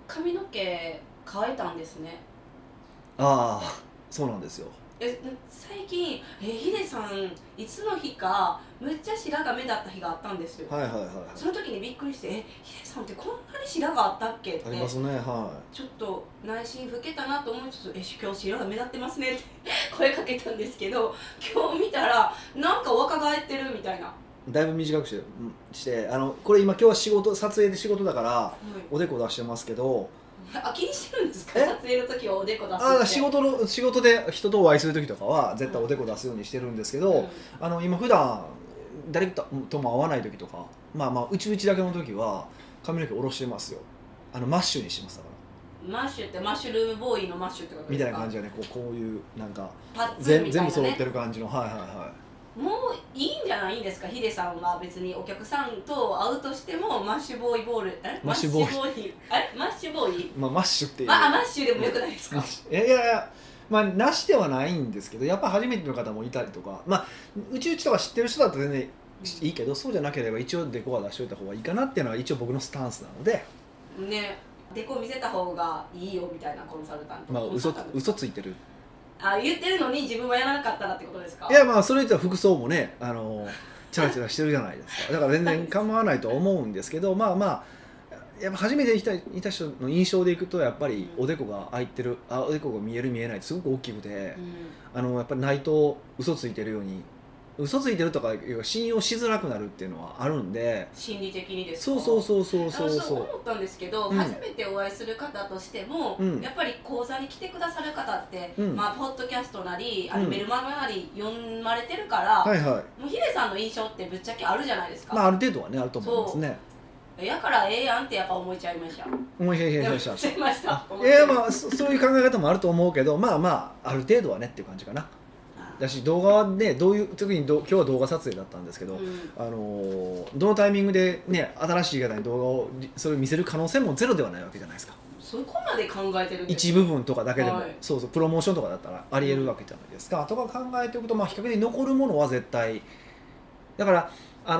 髪の毛変えたんですね。 ああ、そうなんですよ。 最近ヒデさんいつの日かむっちゃ白髪目だった日があったんですよ。 はいはいはいはい。 その時にびっくりしてヒデさんってこんなに白髪あったっけってありますね。はちょっと内心老けたなと思いつつ今日白髪目立ってますねって声かけたんですけど、今日見たらなんか若返ってるみたいな。 い。だいぶ短くしてこれ今日は撮影で仕事だから、 はい、 おでこ出してますけど。 気にしてるんですか？撮影の時はおでこ出すって。 仕事で人とお会いする時とかは絶対おでこ出すようにしてるんですけど、今普段誰とも会わない時とか、うちだけの時は髪の毛下ろしてますよ。マッシュにします。だからマッシュってマッシュルームボーイのマッシュってことですか？ みたいな感じでね、こういうなんかパッツンみたいな、ね、 全部揃ってる感じの。はいはいはい。 もういいんじゃないんですか？ヒデさんは別にお客さんと会うとしてもマッシュボーイボールマッシュボーイマッシュボーイ、 マッシュっていう、 マッシュでもよくないですか？ いやなしではないんですけど、やっぱ初めての方もいたりとか、うちとか知ってる人だと全然いいけど、そうじゃなければ一応デコは出しといた方がいいかなっていうのは一応僕のスタンスなのでね。デコ見せた方がいいよみたいなコンサルタント、 嘘ついてる言ってるのに自分はやらなかったらってことですか？ いやそれ言ったら服装もねチャラチャラしてるじゃないですか。だから全然構わないとは思うんですけどやっぱ初めていた人の印象でいくとやっぱりおでこが開いてる、おでこが見える見えないってすごく大きくて、やっぱりないと嘘ついてるように、嘘ついてるとか信用しづらくなるっていうのはあるんで。 心理的にですか？ そうそう思ったんですけど、初めてお会いする方としても、やっぱり講座に来てくださる方って、ポッドキャストなりメルマガなり読まれてるから、もうヒデさんの印象ってぶっちゃけあるじゃないですか。 ある程度はねあると思いますね。 やからええやんってやっぱ思いちゃいました。 思いちゃいました。そういう考え方もあると思うけど、ある程度はねっていう感じかな。だし動画はね、特に今日は動画撮影だったんですけど、どのタイミングでね新しい方に動画をそれを見せる可能性もゼロではないわけじゃないですか。 そこまで考えてるんですか？ 一部分とかだけでも、プロモーションとかだったらありえるわけじゃないですか、とか考えておくと、比較的残るものは絶対だから、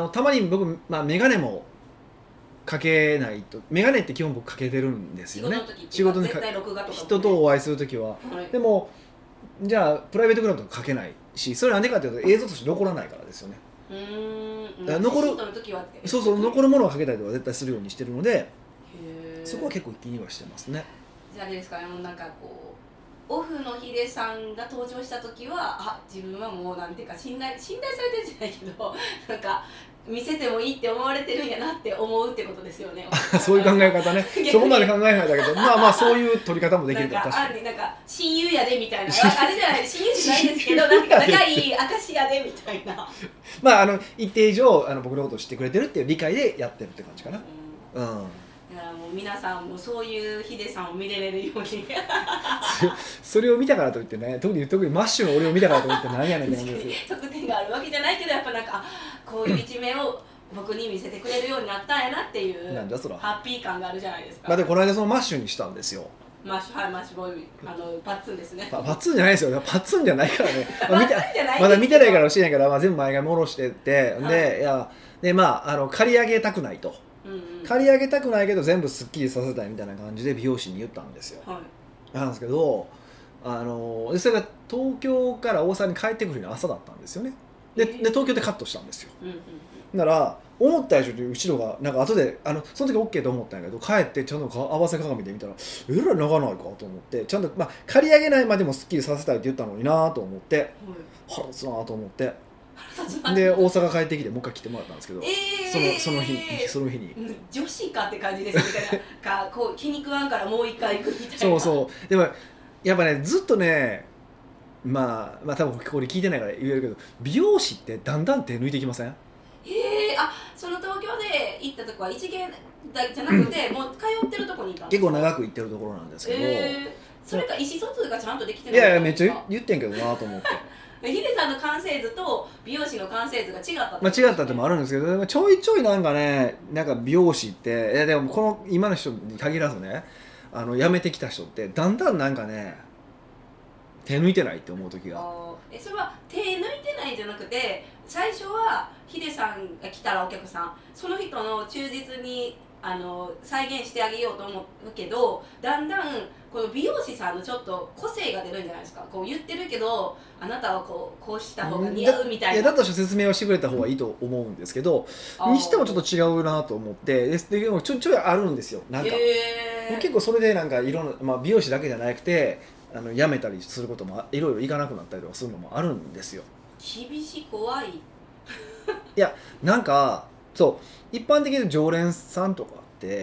たまに僕、メガネもかけないと、メガネって基本僕かけてるんですよね。仕事に人とお会いするときは、でもじゃあプライベートクラブとかかけないし、それはなんでかというと映像として残らないからですよね。残るものをかけたりとか絶対するようにしてるので、そこは結構気にはしてますね。 じゃああれですか、なんかこうオフのヒデさんが登場した時は自分はもうなんていうか信頼されてるじゃないけど、なんか見せてもいいって思われてるんやなって思うってことですよね。 そういう考え方ね。そこまで考えないんだけど、そういう取り方もできるから。 なんか親友やでみたいな、あれじゃない、親友じゃないですけど、なんか仲いい証やでみたいな。 一定以上僕のことを知ってくれてるっていう理解でやってるって感じかな。 だからもう皆さんもそういうヒデさんを見れるようにそれを見たからといってね、特にマッシュの俺を見たからといって何やねんって感じですよ。 特典があるわけじゃないけど、やっぱなんかこういう一面を僕に見せてくれるようになったんやなっていうなんだそらハッピー感があるじゃないですか。 でこの間そのマッシュにしたんですよ。 マッシュボーイ、パッツンですね。 パッツンじゃないですよ。パッツンじゃないからね。まだ見てないから教えないから、全部前髪下ろしてって、刈り上げたくないと。刈り上げたくないけど全部すっきりさせたいみたいな感じで美容師に言ったんですよ。なんですけど、それが東京から大阪に帰ってくるの朝だったんですよね。で東京でカットしたんですよ。なら思った以上に後ろがなんか後でその時 OK と思ったんやけど、帰ってちゃんと合わせ鏡で見たらえらい長ないかと思って、ちゃんと刈り上げないまでもすっきりさせたいって言ったのになと思って、腹立つなと思って、で大阪帰ってきてもう一回来てもらったんですけど、その日に女子かって感じですみたいなこう気に食わんからもう一回行くみたいな。 でもやっぱね、ずっとね、多分これ聞いてないから言えるけど、美容師ってだんだん手抜いていきません？ その東京で行ったとこは一芸じゃなくて、もう通ってるとこにいたんですか？ 結構長く行ってるところなんですけど、 それか意思疎通がちゃんとできてない。 いやめっちゃ言ってんけどなと思ってヒデさんの完成図と美容師の完成図が違ったって、 違ったってもあるんですけど、でもちょいちょいなんかね、なんか美容師ってでもこの今の人に限らずね、辞めてきた人ってだんだんなんかね手抜いてないって思う時が。 それは手抜いてないんじゃなくて、最初はヒデさんが来たらお客さん、その人の忠実に再現してあげようと思うけど、だんだんこの美容師さんのちょっと個性が出るんじゃないですか。こう言ってるけどあなたはこうした方が似合うみたいな。 いやだとして説明をしてくれた方がいいと思うんですけど、にしてもちょっと違うなと思って、でもちょいあるんですよ。なんか結構それでなんかいろんな、美容師だけじゃなくて辞めたりすることもいろいろ行かなくなったりとかするのもあるんですよ。 厳しい怖い。 いやなんかそう一般的に常連さんとかって、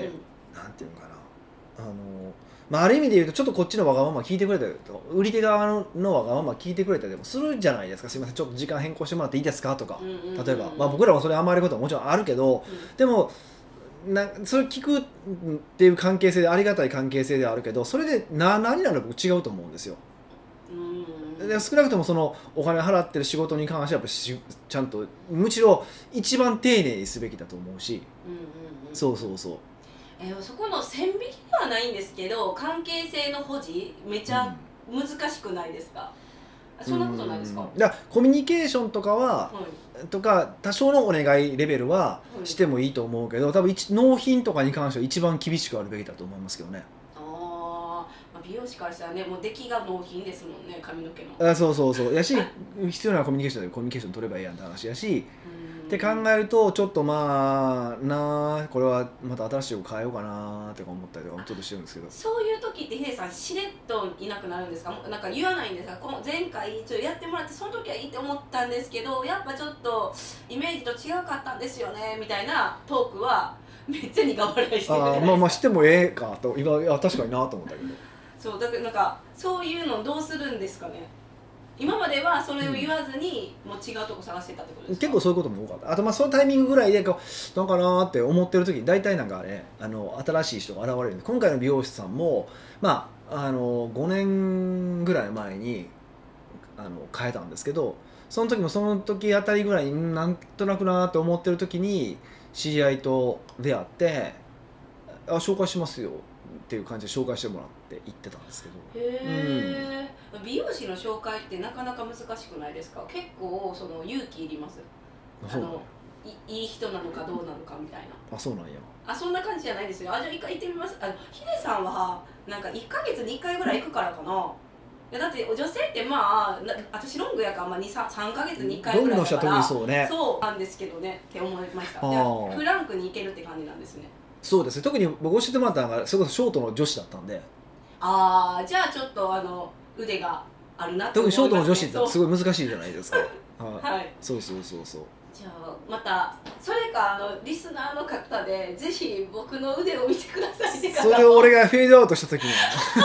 なんていうのかな、ある意味で言うとちょっとこっちのわがまま聞いてくれたりと、売り手側のわがまま聞いてくれたりもするじゃないですか。すいませんちょっと時間変更してもらっていいですかとか、例えば、僕らもそれ甘えることはもちろんあるけど、でもそれ聞くっていう関係性でありがたい関係性ではあるけど、それで何なら僕違うと思うんですよ。で少なくともそのお金払ってる仕事に関してはやっぱちゃんとむしろ一番丁寧にすべきだと思うし、そうそうそう。 そこの線引きではないんですけど、関係性の保持めちゃ難しくないですか？そんなことないですか？ だからコミュニケーションとかは、とか多少のお願いレベルはしてもいいと思うけど、多分納品とかに関しては一番厳しくあるべきだと思いますけどね。 美容師からしたらね、もう出来が納品ですもんね、髪の毛の。 そうやし必要なコミュニケーションでコミュニケーション取ればいいやんって話やし、って考えるとちょっとこれはまた新しい子変えようかなとか思ったりとかもちょっとしてるんですけど。 そういう時ってヒデさんしれっといなくなるんですか？なんか言わないんですか？前回ちょっとやってもらってその時はいいって思ったんですけど、やっぱちょっとイメージと違うかったんですよねみたいなトークはめっちゃ苦笑いしてるじゃないですか。 してもええかと、いや確かになと思ったけど。 そうだからなんかそういうのどうするんですかね。今まではそれを言わずに、もう違うとこ探してたってことですか？ 結構そういうことも多かった。あとそのタイミングぐらいでどうかなって思ってる時に大体なんかね、新しい人が現れるんで、今回の美容師さんも5年ぐらい前に変えたんですけど、その時あたりぐらいになんとなくなって思ってる時に知り合いと出会って紹介しますよっていう感じで紹介してもらって行ってたんですけど。 美容師の紹介ってなかなか難しくないですか？結構その勇気いります。いい人なのかどうなのかみたいな。 そうなんや。 そんな感じじゃないですよ。じゃあ一回行ってみます。ヒデさんはなんか1ヶ月に1回ぐらい行くからかな。いやだって女性って私ロングやから3ヶ月に1回ぐらいだから、 そうね、 そうなんですけどねって思いました。フランクに行けるって感じなんですね。 そうですね。特に僕教えてもらったのがそれこそショートの女子だったんで。 じゃあちょっと腕があるなって思いますね。 特にショートの女子ってすごい難しいじゃないですか。 はい。 そう。 じゃあまたそれかリスナーの方でぜひ僕の腕を見てくださいって方それを俺がフェードアウトした時に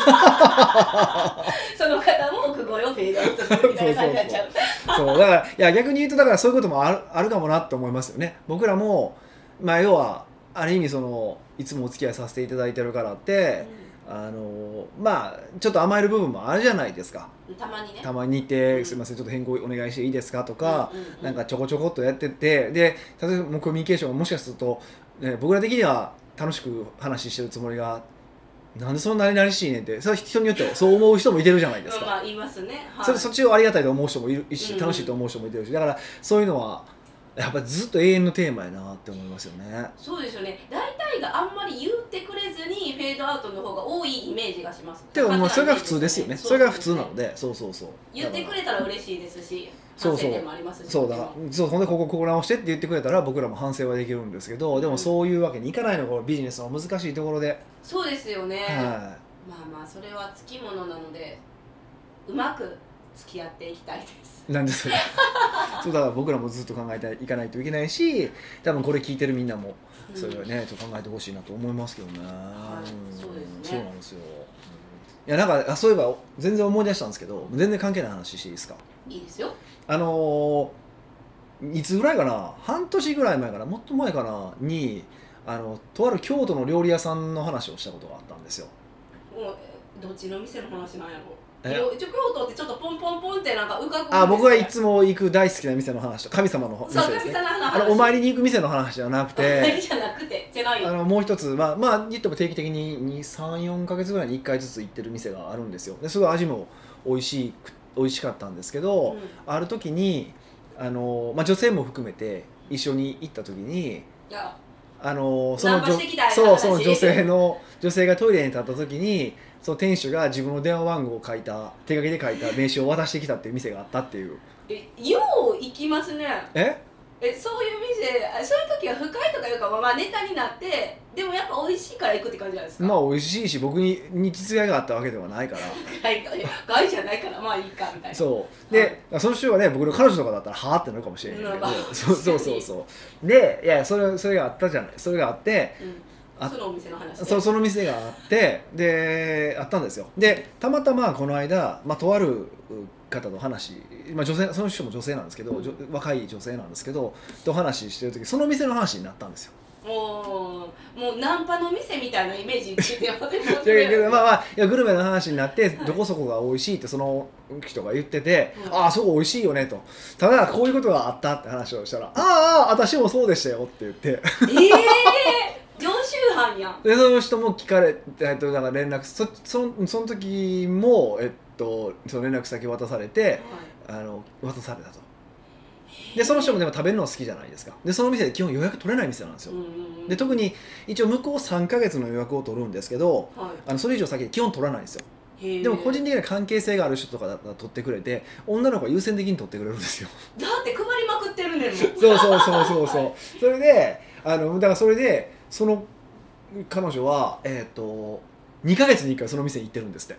その方も奥越えをフェードアウトするみたいな感じになっちゃう。 そうだから逆に言うとだからそういうこともあるかもなと思いますよね。僕らも要はある意味いつもお付き合いさせていただいてるからって、ちょっと甘える部分もあるじゃないですか。たまにいて、すいませんちょっと変更お願いしていいですかとか、なんかちょこちょこっとやってて、で例えばコミュニケーションがもしかすると、僕ら的には楽しく話してるつもりがなんでそんなになりしいねんって、それ人によってはそう思う人もいてるじゃないですか。 いますね。 そっちをありがたいと思う人もいるし、楽しいと思う人もいてるし、だからそういうのはやっぱりずっと永遠のテーマやなって思いますよね。 そうですよね。大体があんまり言ってくれずにフェードアウトの方が多いイメージがします。 でもそれが普通ですよね。それが普通なので、そう。 言ってくれたら嬉しいですし、 反省点もありますし。 そうだから、ほんでここ直してって言ってくれたら僕らも反省はできるんですけど、でもそういうわけにいかないのがビジネスの難しいところで。 そうですよね。それはつきものなのでうまく付き合っていきたいです。 なんでそれそうだから僕らもずっと考えていかないといけないし、多分これ聞いてるみんなもそれをね、ちょっと考えてほしいなと思いますけどね。 そうですね。 そうなんですよ。いやなんかそういえば全然思い出したんですけど、全然関係ない話していいですか？ いいですよ。 いつぐらいかな、半年ぐらい前かな、もっと前かなにとある京都の料理屋さんの話をしたことがあったんですよ。 どっちの店の話なんやろ。京都ってちょっとポンポンポンってなんか浮かぶ。 僕がいつも行く大好きな店の話と神様の店ですね。お参りに行く店の話じゃなくて、 お参りじゃなくて違うよ。 もう一つ言っても定期的に 2,3,4 ヶ月ぐらいに1回ずつ行ってる店があるんですよ。ですごい味も美味しかったんですけど、ある時に女性も含めて一緒に行った時にその女性がトイレに立った時にその店主が自分の電話番号を書いた手書きで書いた名刺を渡してきたっていう店があったっていう。 よう行きますね。そういう店、そういう時は不快とかいうか、まあネタになって、でもやっぱ美味しいから行くって感じじゃないですか。 まあ美味しいし、僕に実害があったわけではないから害じゃないからまあいいかみたいな。 そうで、その人はね、僕の彼女とかだったらはぁってなるかもしれないけど、そうで、いやそれがあったじゃない、それがあって、 そのお店の話で、その店があってであったんですよ。でたまたまこの間、とある方と話、女性、その人も女性なんですけど、若い女性なんですけどと話してる時、その店の話になったんですよ。 もうナンパの店みたいなイメージつけてますね。グルメの話になって、どこそこが美味しいってその人が言ってて、ああそこ美味しいよねと、ただこういうことがあったって話をしたら、私もそうでしたよって言って常習犯やん。 でその人も聞かれて、だから連絡その時もその連絡先渡されて、渡されたと。でその人もでも食べるの好きじゃないですか。でその店で基本予約取れない店なんですよ。で特に一応向こう3ヶ月の予約を取るんですけど、それ以上先で基本取らないんですよ。でも個人的な関係性がある人とかだったら取ってくれて、女の子は優先的に取ってくれるんですよ。 だって配りまくってるねんもん。 そうそれでだからそれでその彼女は2ヶ月に1回その店に行ってるんですって。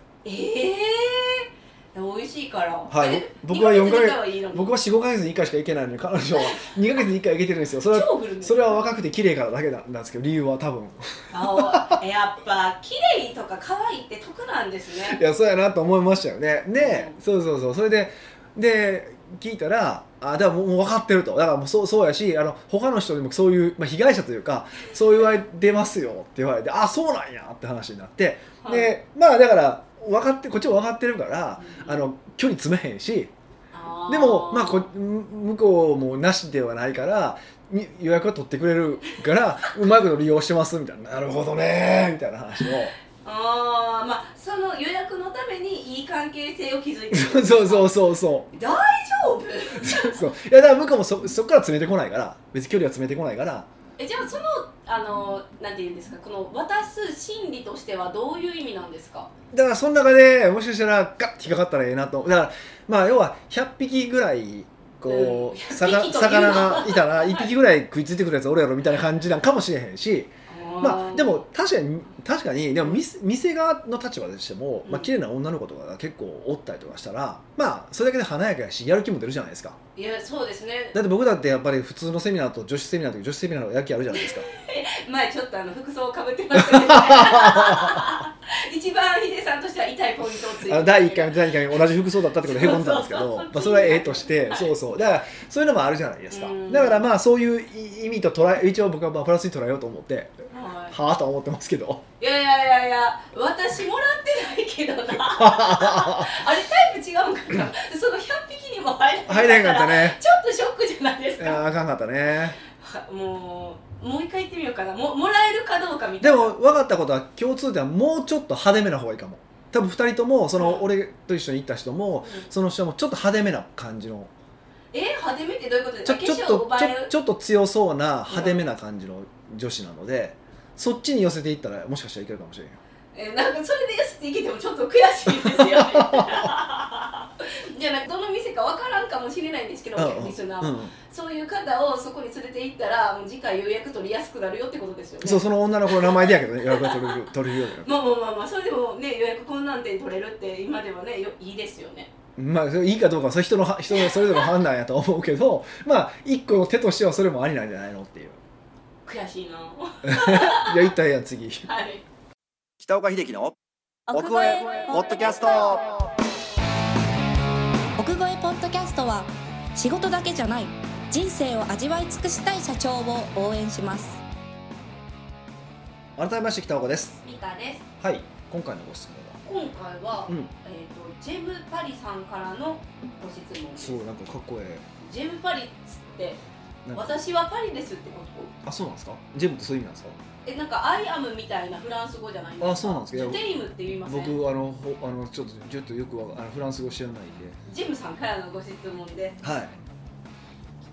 美味しいから。 僕は4ヶ月、僕は 4,5 ヶ月に1回しか行けないのに、彼女は2ヶ月に1回行けてるんですよ。それは若くて綺麗からだけなんですけど、理由は多分やっぱ綺麗とか可愛いって得なんですね。 いやそうやなと思いましたよね。で、そうそれで聞いたら、だからもう分かってると。だからもうそうやし、他の人にもそういう、被害者というかそう言われてますよって言われて、そうなんやって話になって、でだからこっちも分かってるから、距離詰めへんし、でも向こうもなしではないから予約は取ってくれるからうまいこと利用してますみたいな。なるほどねみたいな話を。 その予約のためにいい関係性を築いてる。 そう大丈夫そういやだから向こうもそこから詰めてこないから、別に距離は詰めてこないから。 じゃあそのなんていうんですか、この渡す心理としてはどういう意味なんですか。 だからその中でもしかしたらガッて引っかかったらええなと。だから要は100匹ぐらいこう、魚がいたら1匹ぐらい食いついてくるやつおるやろみたいな感じなんかもしれへんし、でも確かにでも店側の立場でしても、綺麗な女の子とかが結構おったりとかしたら、それだけで華やかやしやる気も出るじゃないですか。 いやそうですね。 だって僕だってやっぱり普通のセミナーと女子セミナーと女子セミナーのやる気あるじゃないですか。 前ちょっと服装をかぶってましたけど一番ヒデさんとしては痛いポイントをついて、 第1回目第2回目同じ服装だったってことでへこんだんですけど、それはええとして、だからそういうのもあるじゃないですか。だからそういう意味と一応僕はプラスに捉えようと思ってはぁとは思ってますけど。 いや私もらってないけどなあれタイプ違うんかなその100匹にも入らなかったね。ちょっとショックじゃないですか。 いやあかんかったね。 もう一回行ってみようかな。もらえるかどうかみたいな。 でも分かったことは共通点はもうちょっと派手めな方がいいかも。多分2人とも俺と一緒に行った人も、その人もちょっと派手めな感じの。 派手めってどういうことですか。 ちょっと強そうな派手めな感じの女子なので、そっちに寄せていったらもしかしたらいけるかもしれんよ。 なんかそれで寄せていけてもちょっと悔しいですよねじゃあどの店か分からんかもしれないんですけど、リスナーは、そういう方をそこに連れて行ったらもう次回予約取りやすくなるよってことですよね。 その女の子の名前でやけどね、予約が取れるようにまあそれでもね、予約困難点取れるって今ではねいいですよね。 いいかどうかは人のそれぞれの判断やと思うけど一個の手としてはそれもありなんじゃないのっていう。 悔しいなじゃあ一体次、 北岡秀樹の奥越えポッドキャスト。 奥越えポッドキャストは仕事だけじゃない人生を味わい尽くしたい社長を応援します。 改めまして北岡です。 ミカです。 はい、今回のご質問は今回は、ジェムパリさんからのご質問です。 そう、なんかかっこええ。ジェムパリっつって私はパリですってこと？ そうなんですか。ジェムってそういう意味なんですか。 なんかアイアムみたいなフランス語じゃないですか。 そうなんですか。 ジュテイムって言いません？ 僕ちょっとよくフランス語知らないんで。 ジェムさんからのご質問です。 はい。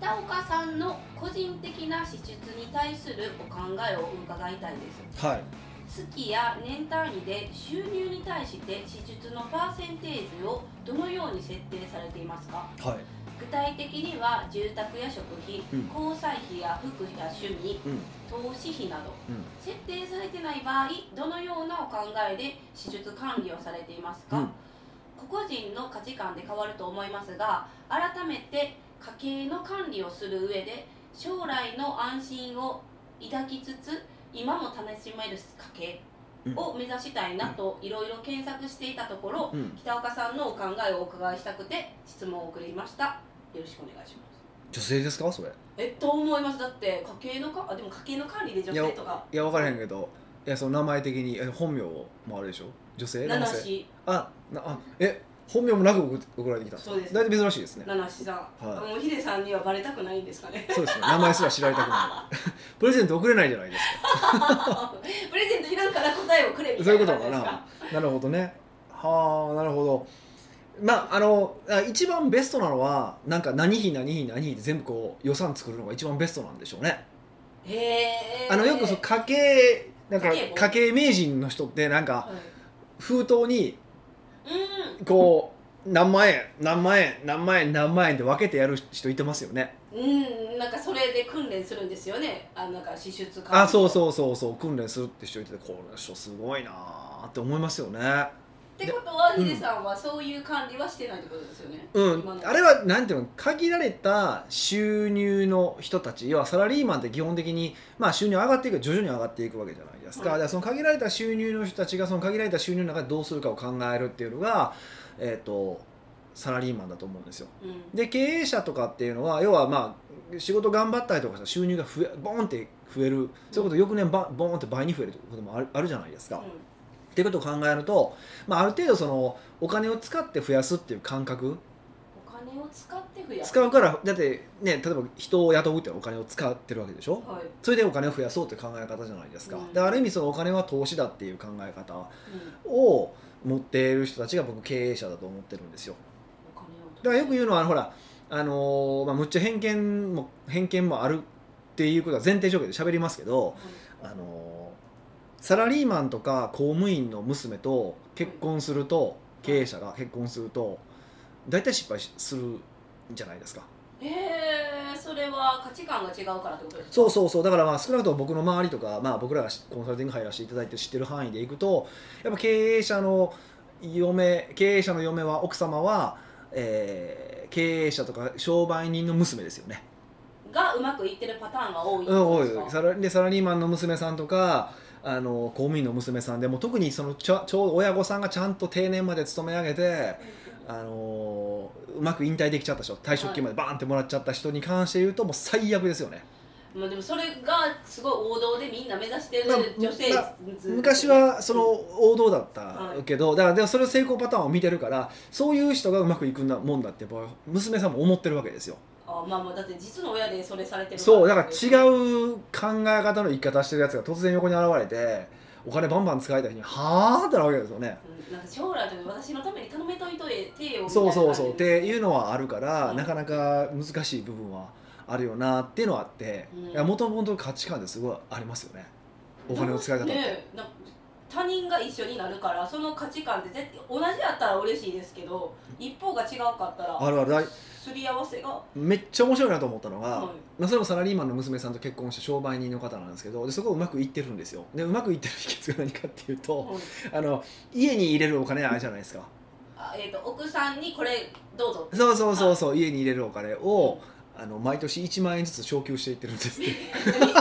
北岡さんの個人的な支出に対するお考えを伺いたいです。 はい。 月や年単位で収入に対して支出のパーセンテージをどのように設定されていますか？ はい。 具体的には住宅や食費、交際費や服や趣味、投資費など、設定されてない場合どのようなお考えで支出管理をされていますか？個々人の価値観で変わると思いますが、改めて家計の管理をする上で将来の安心を抱きつつ今も楽しめる家計を目指したいなといろいろ検索していたところ、北岡さんのお考えをお伺いしたくて質問を送りました。よろしくお願いします。 女性ですかそれ？ と思います。だって家計のでも家計の管理で女性とかいや分からへんけど、いやその名前的に本名もあるでしょ、女性？ 七子。 本名もなく送られてきた。 そうです。 だいぶ珍しいですね。 七子さん、もうヒデさんにはバレたくないんですかね。 そうですね、名前すら知られたくないプレゼント送れないじゃないですかプレゼントいらんから答えをくれみたいな感じですか。そういうことかな。なるほどね。はあ、なるほど。まあ一番ベストなのはなんか何費って全部こう予算作るのが一番ベストなんでしょうね。よく家計なんか家計名人の人ってなんか封筒にこう何万円って分けてやる人いてますよね。 なんかそれで訓練するんですよね。なんか支出管理。 そう訓練するって人いてて、この人すごいなって思いますよね。 ってことはヒデさんはそういう管理はしてないってことですよね。 あれはなんていうの、限られた収入の人たち、要はサラリーマンって基本的に、収入上がっていく、徐々に上がっていくわけじゃないですか。だからその限られた収入の人たちがその限られた収入の中でどうするかを考えるっていうのが、サラリーマンだと思うんですよ。で経営者とかっていうのは要は仕事頑張ったりとかしたら収入がボーンって増える、そういうこと翌年ボーンって倍に増えることもあるじゃないですか。っていうことを考えると、ある程度そのお金を使って増やすっていう感覚、 お金を使って増やす、 使うから、だってね、例えば人を雇うってお金を使ってるわけでしょ、それでお金を増やそうって考え方じゃないですか。である意味そのお金は投資だっていう考え方を持っている人たちが僕経営者だと思ってるんですよ。だからよく言うのはほら、むっちゃ偏見もあるっていうことは前提条件で喋りますけど、サラリーマンとか公務員の娘と結婚すると、経営者が結婚すると大体失敗するんじゃないですか。 それは価値観が違うからってことですか？ そうだから少なくとも僕の周りとか、僕らがコンサルティング入らせていただいて知ってる範囲でいくと、やっぱ経営者の嫁は、奥様は、経営者とか商売人の娘ですよね。 がうまくいってるパターンが多いんですか？ でサラリーマンの娘さんとか公務員の娘さんでも、特にそのちょうど親御さんがちゃんと定年まで勤め上げて、うまく引退できちゃった人、退職金までバーンってもらっちゃった人に関して言うともう最悪ですよね。 でもそれがすごい王道でみんな目指してる女性、 昔はその王道だったけど、だからでもそれを成功パターンを見てるから、そういう人がうまくいくもんだって娘さんも思ってるわけですよ。 だって実の親でそれされてるから。 そうだから違う考え方の生き方してるやつが突然横に現れてお金バンバン使いたいにはあってなるわけですよね。 なんか将来で私のために頼めといてよみたいな感じで。 そうっていうのはあるから、なかなか難しい部分はあるよなっていうのはあって、もともと価値観ですごいありますよね、お金の使い方って。 他人が一緒になるからその価値観って絶対同じやったら嬉しいですけど、一方が違うかったらすり合わせがめっちゃ面白いなと思ったのが、それもサラリーマンの娘さんと結婚して商売人の方なんですけど、でそこをうまくいってるんですよ。でうまくいってる秘訣が何かっていうと、家に入れるお金あるじゃないですか。 奥さんにこれどうぞ。 そう家に入れるお金を、毎年1万円ずつ昇給していってるんですって何そ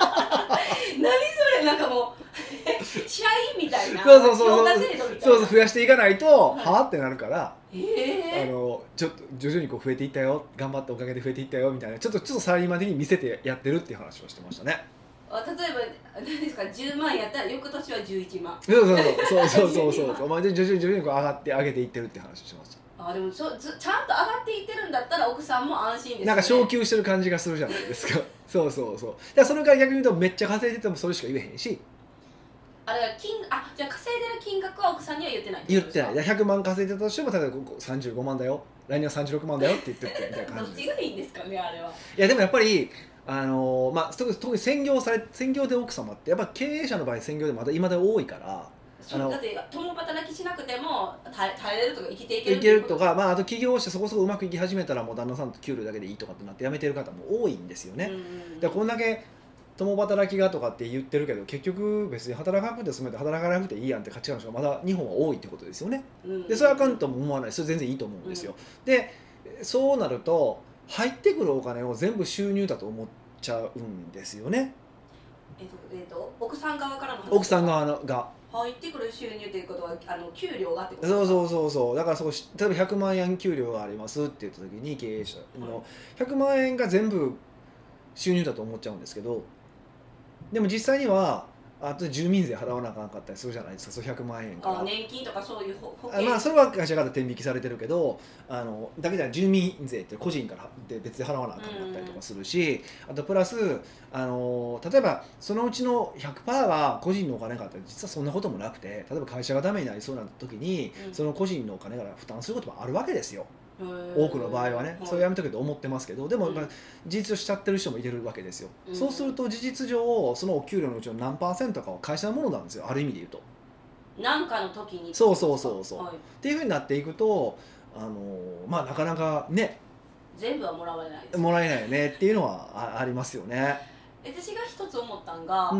れ、なんかもう社員みたいな、 評価制度みたいな、増やしていかないとはあってなるから、ちょっと徐々にこう増えていったよ、頑張ったおかげで増えていったよみたいな、ちょっとサラリーマン的に見せてやってるっていう話をしてましたね。 例えば何ですか、10万やったら翌年は11万。 そうお前で徐々にこう上げていってるって話をしてました。 でもちゃんと上がっていってるんだったら奥さんも安心ですね。 なんか昇給してる感じがするじゃないですかそうだからそれから逆に言うとめっちゃ稼いでてもそれしか言えへんし、 じゃあ稼いでる金額は奥さんには言ってない言ってない。100万稼いでたとしても例えば35万だよ、来年は36万だよって言ってってみたいな感じです。 どっちがいいんですかねあれは。 いやでもやっぱり特に専業で奥様ってやっぱ経営者の場合専業でまだ今で多いから、 だって共働きしなくても耐えれるとか生きていけるいけるとか、あと起業してそこそこうまくいき始めたらもう旦那さんと給料だけでいいとかってなって辞めてる方も多いんですよね。でこんだけ共働きがとかって言ってるけど結局別に働かなくて済めて働かなくていいやんって価値観の人がまだ日本は多いってことですよね。でそれはあかんとも思わない。それ全然いいと思うんですよ。でそうなると入ってくるお金を全部収入だと思っちゃうんですよね。 奥さん側からの話。 奥さん側が入ってくる収入ということは給料がってことですか？そうだから例えば100万円給料がありますって言った時に経営者の100万円が全部収入だと思っちゃうんですけど、でも実際にはあと住民税払わなあかんかったりするじゃないですか。その100万円から年金とかそういう保険、 それは会社から天引きされてるけどだけじゃ住民税って個人からで別で払わなあかんかったりとかするし、あとプラス例えばそのうちの 100% は個人のお金かって実はそんなこともなくて、例えば会社がダメになりそうな時に、その個人のお金から負担することもあるわけですよ。多くの場合はね、それやめとけと思ってますけど、でも、事実上しちゃってる人もいてるわけですよ。そうすると事実上そのお給料のうちの何%かは会社のものなんですよ、ある意味で言うと。 何かの時にそう、っていうふうになっていくとなかなかね全部はもらえないです、 もらえないよねっていうのは ありますよね。 私が一つ思ったんが、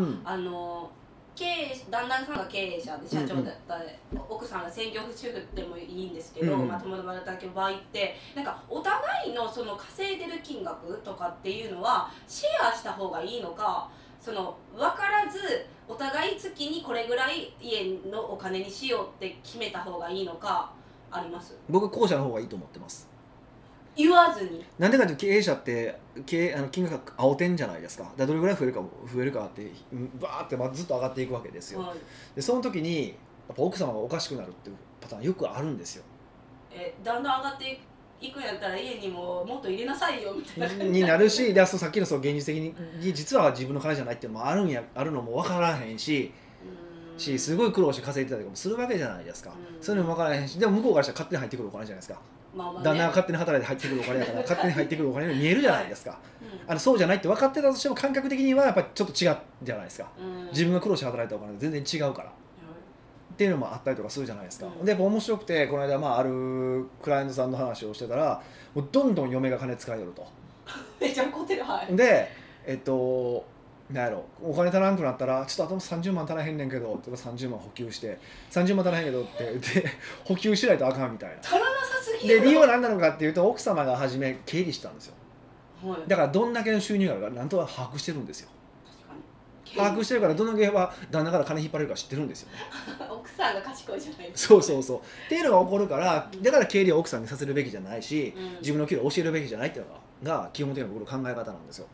旦那さんが経営者で社長だったり、奥さんが専業主婦でもいいんですけど、共働きの場合ってなんかお互いのその稼いでる金額とかっていうのはシェアした方がいいのか、分からずお互い月にこれぐらい家のお金にしようって決めた方がいいのかあります？ 僕後者の方がいいと思ってます。 言わずに。 なんでかというと経営者って金額が青点じゃないですか。どれぐらい増えるかってバーってずっと上がっていくわけですよ。でその時にやっぱ奥様がおかしくなるっていうパターンよくあるんですよ。 だんだん上がっていくんやったら家にもっと入れなさいよみたいな感じになるし、でさっきの現実的に実は自分の金じゃないっていうのもあるのも分からへんし、すごい苦労して稼いでたりとかもするわけじゃないですか。そういうのも分からへんし、でも向こうからしたら勝手に入ってくるお金じゃないですか。旦那が勝手に働いて入ってくるお金だから勝手に入ってくるお金に見えるじゃないですか。そうじゃないって分かってたとしても感覚的にはやっぱりちょっと違うじゃないですか。自分が苦労して働いたお金と全然違うから、っていうのもあったりとかするじゃないですか。でやっぱ面白くて、この間あるクライアントさんの話をしてたら、もうどんどん嫁が金使いよるとめっちゃ怒ってる。 でなんやろ、お金足らんくなったらちょっとあと30万足らへんねんけどって30万補給して30万足らへんけどって言って補給しないとあかんみたいな。 足らなさすぎる。 で理由は何なのかっていうと、奥様が初め経理したんですよ。だからどんだけの収入があるかなんとは把握してるんですよ。把握してるから、どんだけは旦那から金引っ張れるか知ってるんですよね。 奥さんが賢いじゃないですか。そうっていうのが起こるから、だから経理は奥さんにさせるべきじゃないし、自分の給料を教えるべきじゃないっていうのが基本的な僕の考え方なんですよ。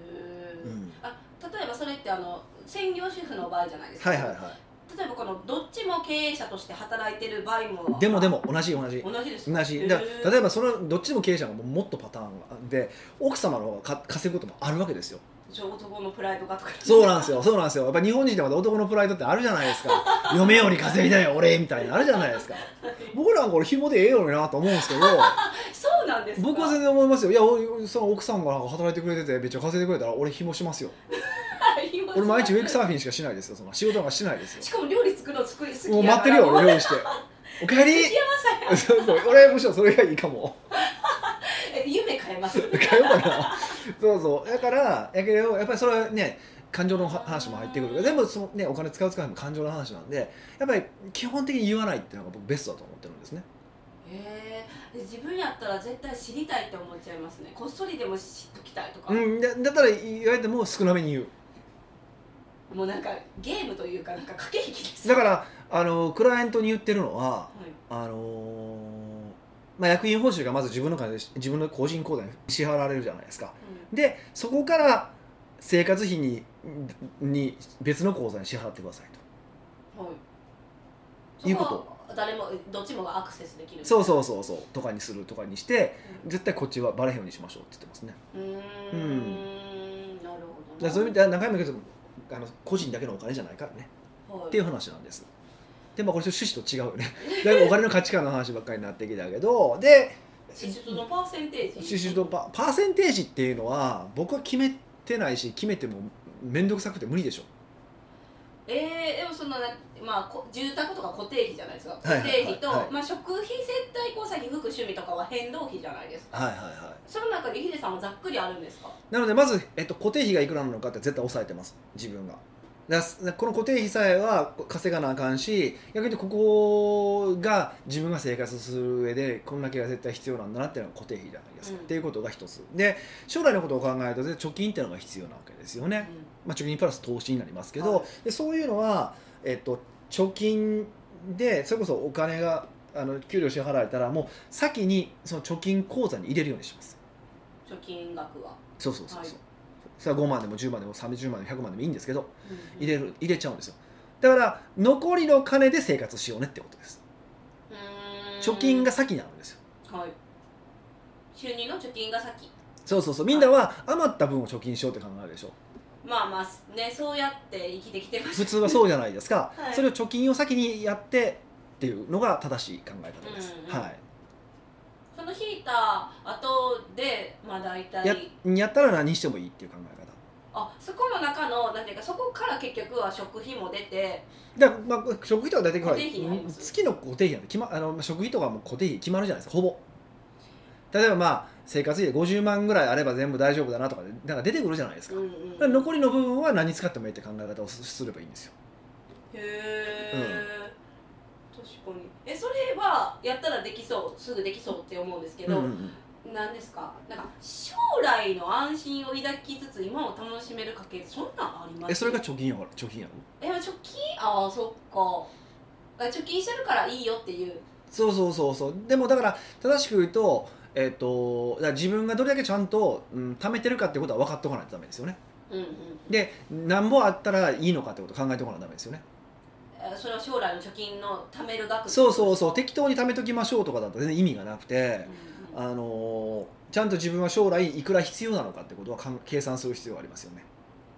例えばそれって専業主婦の場合じゃないですか。例えばどっちも経営者として働いてる場合もでも同じです同じだ。例えばどっちも経営者がもっとパターンがで、奥様の方が稼ぐこともあるわけですよ。 男のプライドがとか。 そうなんですよ。やっぱ日本人でまだ男のプライドってあるじゃないですか。嫁より稼いだよ俺みたいなあるじゃないですか。僕なんか俺紐でええよなと思うんですけどそうなんですか。 僕は全然思いますよ。いやその奥さんが働いてくれててめっちゃ稼いでくれたら俺紐しますよ。俺毎日ウェイクサーフィンしかしないですよ。その仕事なんかしないですよ。 しかも料理作り好きもう待ってるよ俺料理しておかえり俺むしろそれがいいかも夢変えます変えようかなだからやけどやっぱりそれはね感情の話も入ってくる。でもお金使うも感情の話なんで、やっぱり基本的に言わないっていうのが僕ベストだと思ってるんですね。 自分やったら絶対知りたいって思っちゃいますね。こっそりでも知っときたいとか。 だったら言われても少なめに言う。 もうなんかゲームというか駆け引きです。 だからクライアントに言ってるのは、役員報酬がまず自分の金で自分の個人口座に支払われるじゃないですか。でそこから生活費に別の口座に支払ってくださいと、いうこと。 誰もどっちもがアクセスできる。 そうとかにするとかにして、絶対こっちはバレへんようにしましょうって言ってますね。 なるほど。 そういう意味では何回も言うけど個人だけのお金じゃないからね、っていう話なんです。 でもこれ趣旨と違うよねだいぶお金の価値観の話ばっかりになってきたけど、で支出のパーセンテージ、 支出のパーセンテージっていうのは僕は決めてないし、決めても面倒くさくて無理でしょ。 でもそのまあ、住宅とか固定費じゃないですか、固定費と、まあ、食費、接待交際費、服趣味とかは変動費じゃないですか、その中でヒデさんはざっくりあるんですか？ なのでまず、固定費がいくらなのかって絶対抑えてます、自分が。この固定費さえは稼がなあかんし、逆にここが自分が生活する上でこんだけが絶対必要なんだなっていうのが固定費じゃないですか、っていうことが一つで、将来のことを考えると貯金っていうのが必要なわけですよね、まあ、貯金プラス投資になりますけど、でそういうのは、貯金でそれこそお金が給料支払われたらもう先にその貯金口座に入れるようにします。 貯金額はそう、それは5万でも10万でも30万でも100万でもいいんですけど、入れちゃうんですよ。だから残りの金で生活しようねってことです。貯金が先にあるんですよ。 収入の貯金が先。 そうみんなは余った分を貯金しようって考えるでしょ。 まあまあね、そうやって生きてきてます。 普通はそうじゃないですか、それを貯金を先にやってっていうのが正しい考え方です、 その引いた後でまあ大体やったら何してもいいっていう考え方。そこの中のなんていうか、そこから結局は食費も出て、 まあ、食費とか大体月の固定費なんで食費とかも固定費決まるじゃないですか、ほぼ。例えばまあ生活費で50万ぐらいあれば全部大丈夫だなとかなんか出てくるじゃないですか、残りの部分は何使ってもいいって考え方をすればいいんですよ。 へえ、確かに。それはやったらできそう、すぐできそうって思うんですけど、なんですか、なんか将来の安心を抱きつつ今を楽しめる家系、そんなんあります？ それが貯金やろ。貯金そっか、貯金してるからいいよっていう。 そうでもだから正しく言うとだから自分がどれだけちゃんと、貯めてるかってことは分かっておかないとダメですよね、で何ぼあったらいいのかってことを考えておかないとダメですよね。 それは将来の貯金の貯める額。 そう適当に貯めときましょうとかだと全然意味がなくて、ちゃんと自分は将来いくら必要なのかってことは計算する必要がありますよね。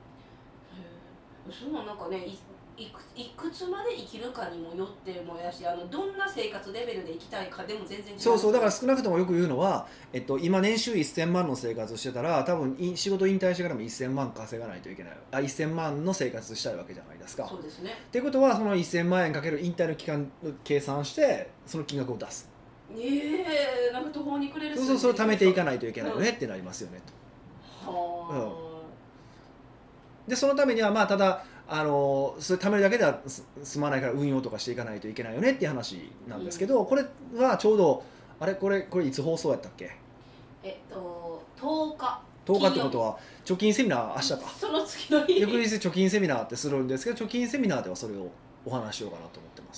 そのなんかね、いくつまで生きるかにもよってもやし、どんな生活レベルで生きたいかでも全然違う。 そうだから少なくともよく言うのは、今年収1000万の生活してたら多分仕事引退してからも1000万稼がないといけない、1000万の生活したいわけじゃないですか。 そうですね。 っていうことはその1000万円かける引退の期間を計算してその金額を出す。 なんか途方に暮れる。 それを貯めていかないといけないよねってなりますよねと。でそのためにはまあただそれ貯めるだけでは済まないから運用とかしていかないといけないよねっていう話なんですけど、これはちょうどこれいつ放送やったっけ ？10日ってことは貯金セミナー明日か、 その次の日翌日貯金セミナーってするんですけど、貯金セミナーではそれをお話ししようかなと思ってます。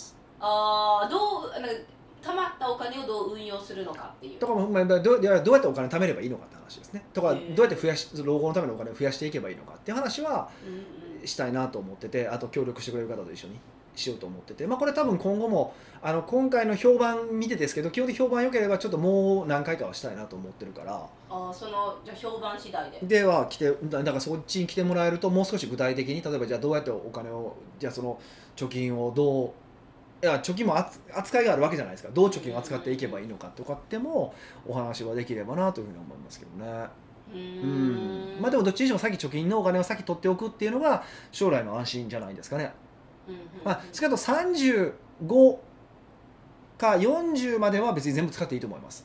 貯まったお金をどう運用するのかっていうとかも、どうやってお金貯めればいいのかって話ですね。とかどうやって老後のためのお金を増やしていけばいいのかっていう話はしたいなと思ってて、あと協力してくれる方と一緒にしようと思ってて、これ多分今後も今回の評判見てですけど、基本的に評判良ければちょっともう何回かはしたいなと思ってるから、 じゃあ評判次第ではだからそっちに来てもらえるともう少し具体的に、例えばじゃあどうやってお金を、じゃあその貯金を貯金も扱いがあるわけじゃないですか。どう貯金を扱っていけばいいのかとかってもお話はできればなというふうに思いますけどね。でもどっちにしても先貯金のお金を先取っておくっていうのが将来の安心じゃないですかね。少なくとも35か40までは別に全部使っていいと思います。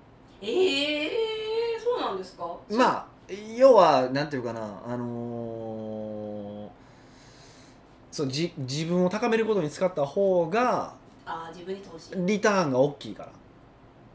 そうなんですか。 要はなんていうかな、自分を高めることに使った方が自分に投資リターンが大きいから。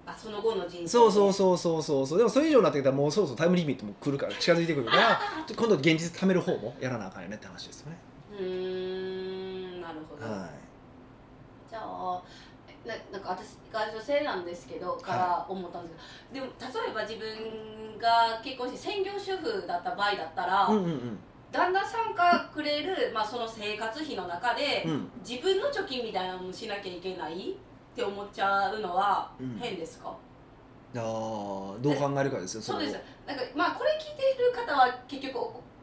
その後の人生。 そうでもそれ以上になってきたらもうそろそろタイムリミットも来るから近づいてくるから今度現実貯める方もやらなあかんよねって話ですよね。 なるほど。じゃあなんか私が女性なんですけどから思ったんですけど、でも例えば自分が結婚して専業主婦だった場合だったら、旦那さんがくれる、その生活費の中で、自分の貯金みたいなのもしなきゃいけないって思っちゃうのは変ですか？ どう考えるかですよ。 そうです。なんかこれ聞いている方は結局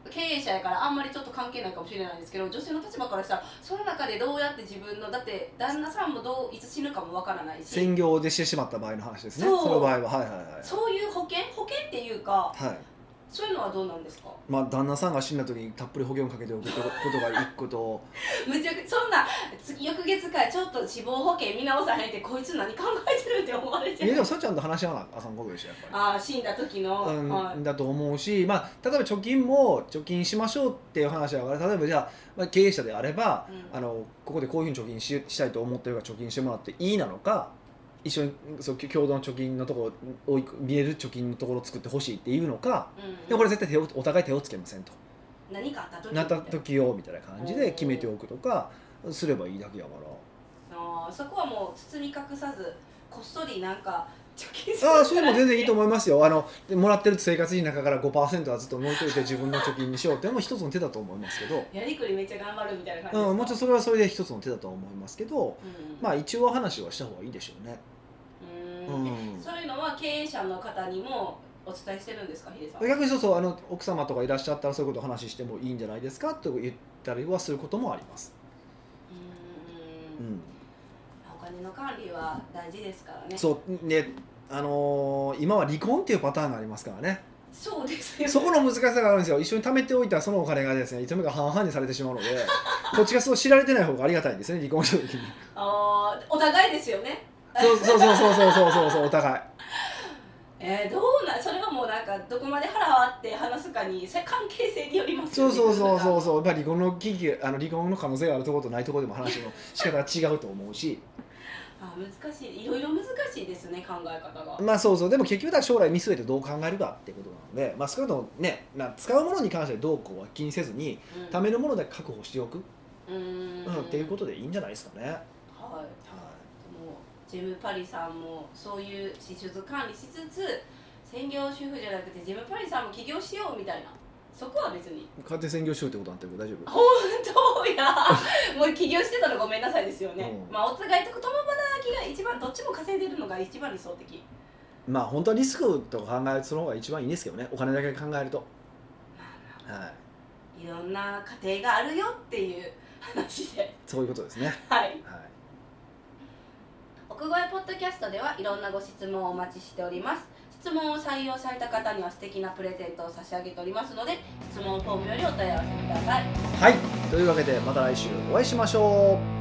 経営者やからあんまりちょっと関係ないかもしれないんですけど、女性の立場からしたらその中でどうやって自分の、だって旦那さんもいつ死ぬかもわからないし、 専業でしてしまった場合の話ですね。その場合は、はいはいはい、 そういう保険っていうか、 はい、 そういうのはどうなんですか？ まあ、旦那さんが死んだ時にたっぷり保険をかけておくことが一個とそんな翌月からちょっと死亡保険見直さへんってこいつ何考えてるって思われちゃう。 でもそれちゃんと話し合わなあかんことでしょ、やっぱり死んだ時の、 はい、だと思うし、まあ、例えば貯金も貯金しましょうっていう話だから、例えばじゃあ、まあ、経営者であれば、ここでこういうふうに貯金したいと思ってるから貯金してもらっていいなのか、一緒に共同の貯金のところを見える貯金のところを作ってほしいっていうのか、でこれ絶対お互い手をつけませんと、 何かあった時をみたいな感じで決めておくとかすればいいだけやから、 そこはもう包み隠さずこっそりなんか貯金する。そういうのも全然いいと思いますよ。もらってる生活費の中から 5% はずっと抜いといて自分の貯金にしようっていうのも一つの手だと思いますけど、 やりくりめっちゃ頑張るみたいな感じですか？ もちろんそれはそれで一つの手だと思いますけど、まあ一応話はした方がいいでしょうね。 そういうのは経営者の方にもお伝えしてるんですか、ヒデさん？ 逆にそう奥様とかいらっしゃったらそういうことを話してもいいんじゃないですかと言ったりはすることもあります。 お金の管理は大事ですからね。 そうね、今は離婚っていうパターンがありますからね。 そうですよね。 そこの難しさがあるんですよ。一緒に貯めておいたそのお金がですね、いつの間にか半々にされてしまうのでこっちがそう知られてない方がありがたいんですね、離婚した時に。 お互いですよね。 そうお互い。 どうな、それはもうなんかどこまで腹割って話すかに関係性によりますよね。 そうやっぱり離婚の離婚の可能性があるところとないところでも話の仕方が違うと思うし難しい、いろいろ難しいですね、考え方が。 まあでも結局は将来見据えてどう考えるかっていうことなので、まあ少なくともね、使うものに関してどうこうは気にせずに、貯めるものだけ確保しておくっていうことでいいんじゃないですかね。 ジェムパリさんもそういう支出管理しつつ専業主婦じゃなくてジェムパリさんも起業しようみたいな、そこは別に勝手に専業しようってことなんて大丈夫？ 本当やもう起業してたらごめんなさいですよね。まあお互いと共働きが一番、どっちも稼いでるのが一番理想的。 まあ本当はリスクとか考えるとその方が一番いいんですけどね、お金だけ考えると。 いろんな家庭があるよっていう話で、 そういうことですね。 奥越ポッドキャストではいろんなご質問をお待ちしております。質問を採用された方には素敵なプレゼントを差し上げておりますので、質問フォームよりお問い合わせください。 はい、というわけでまた来週お会いしましょう。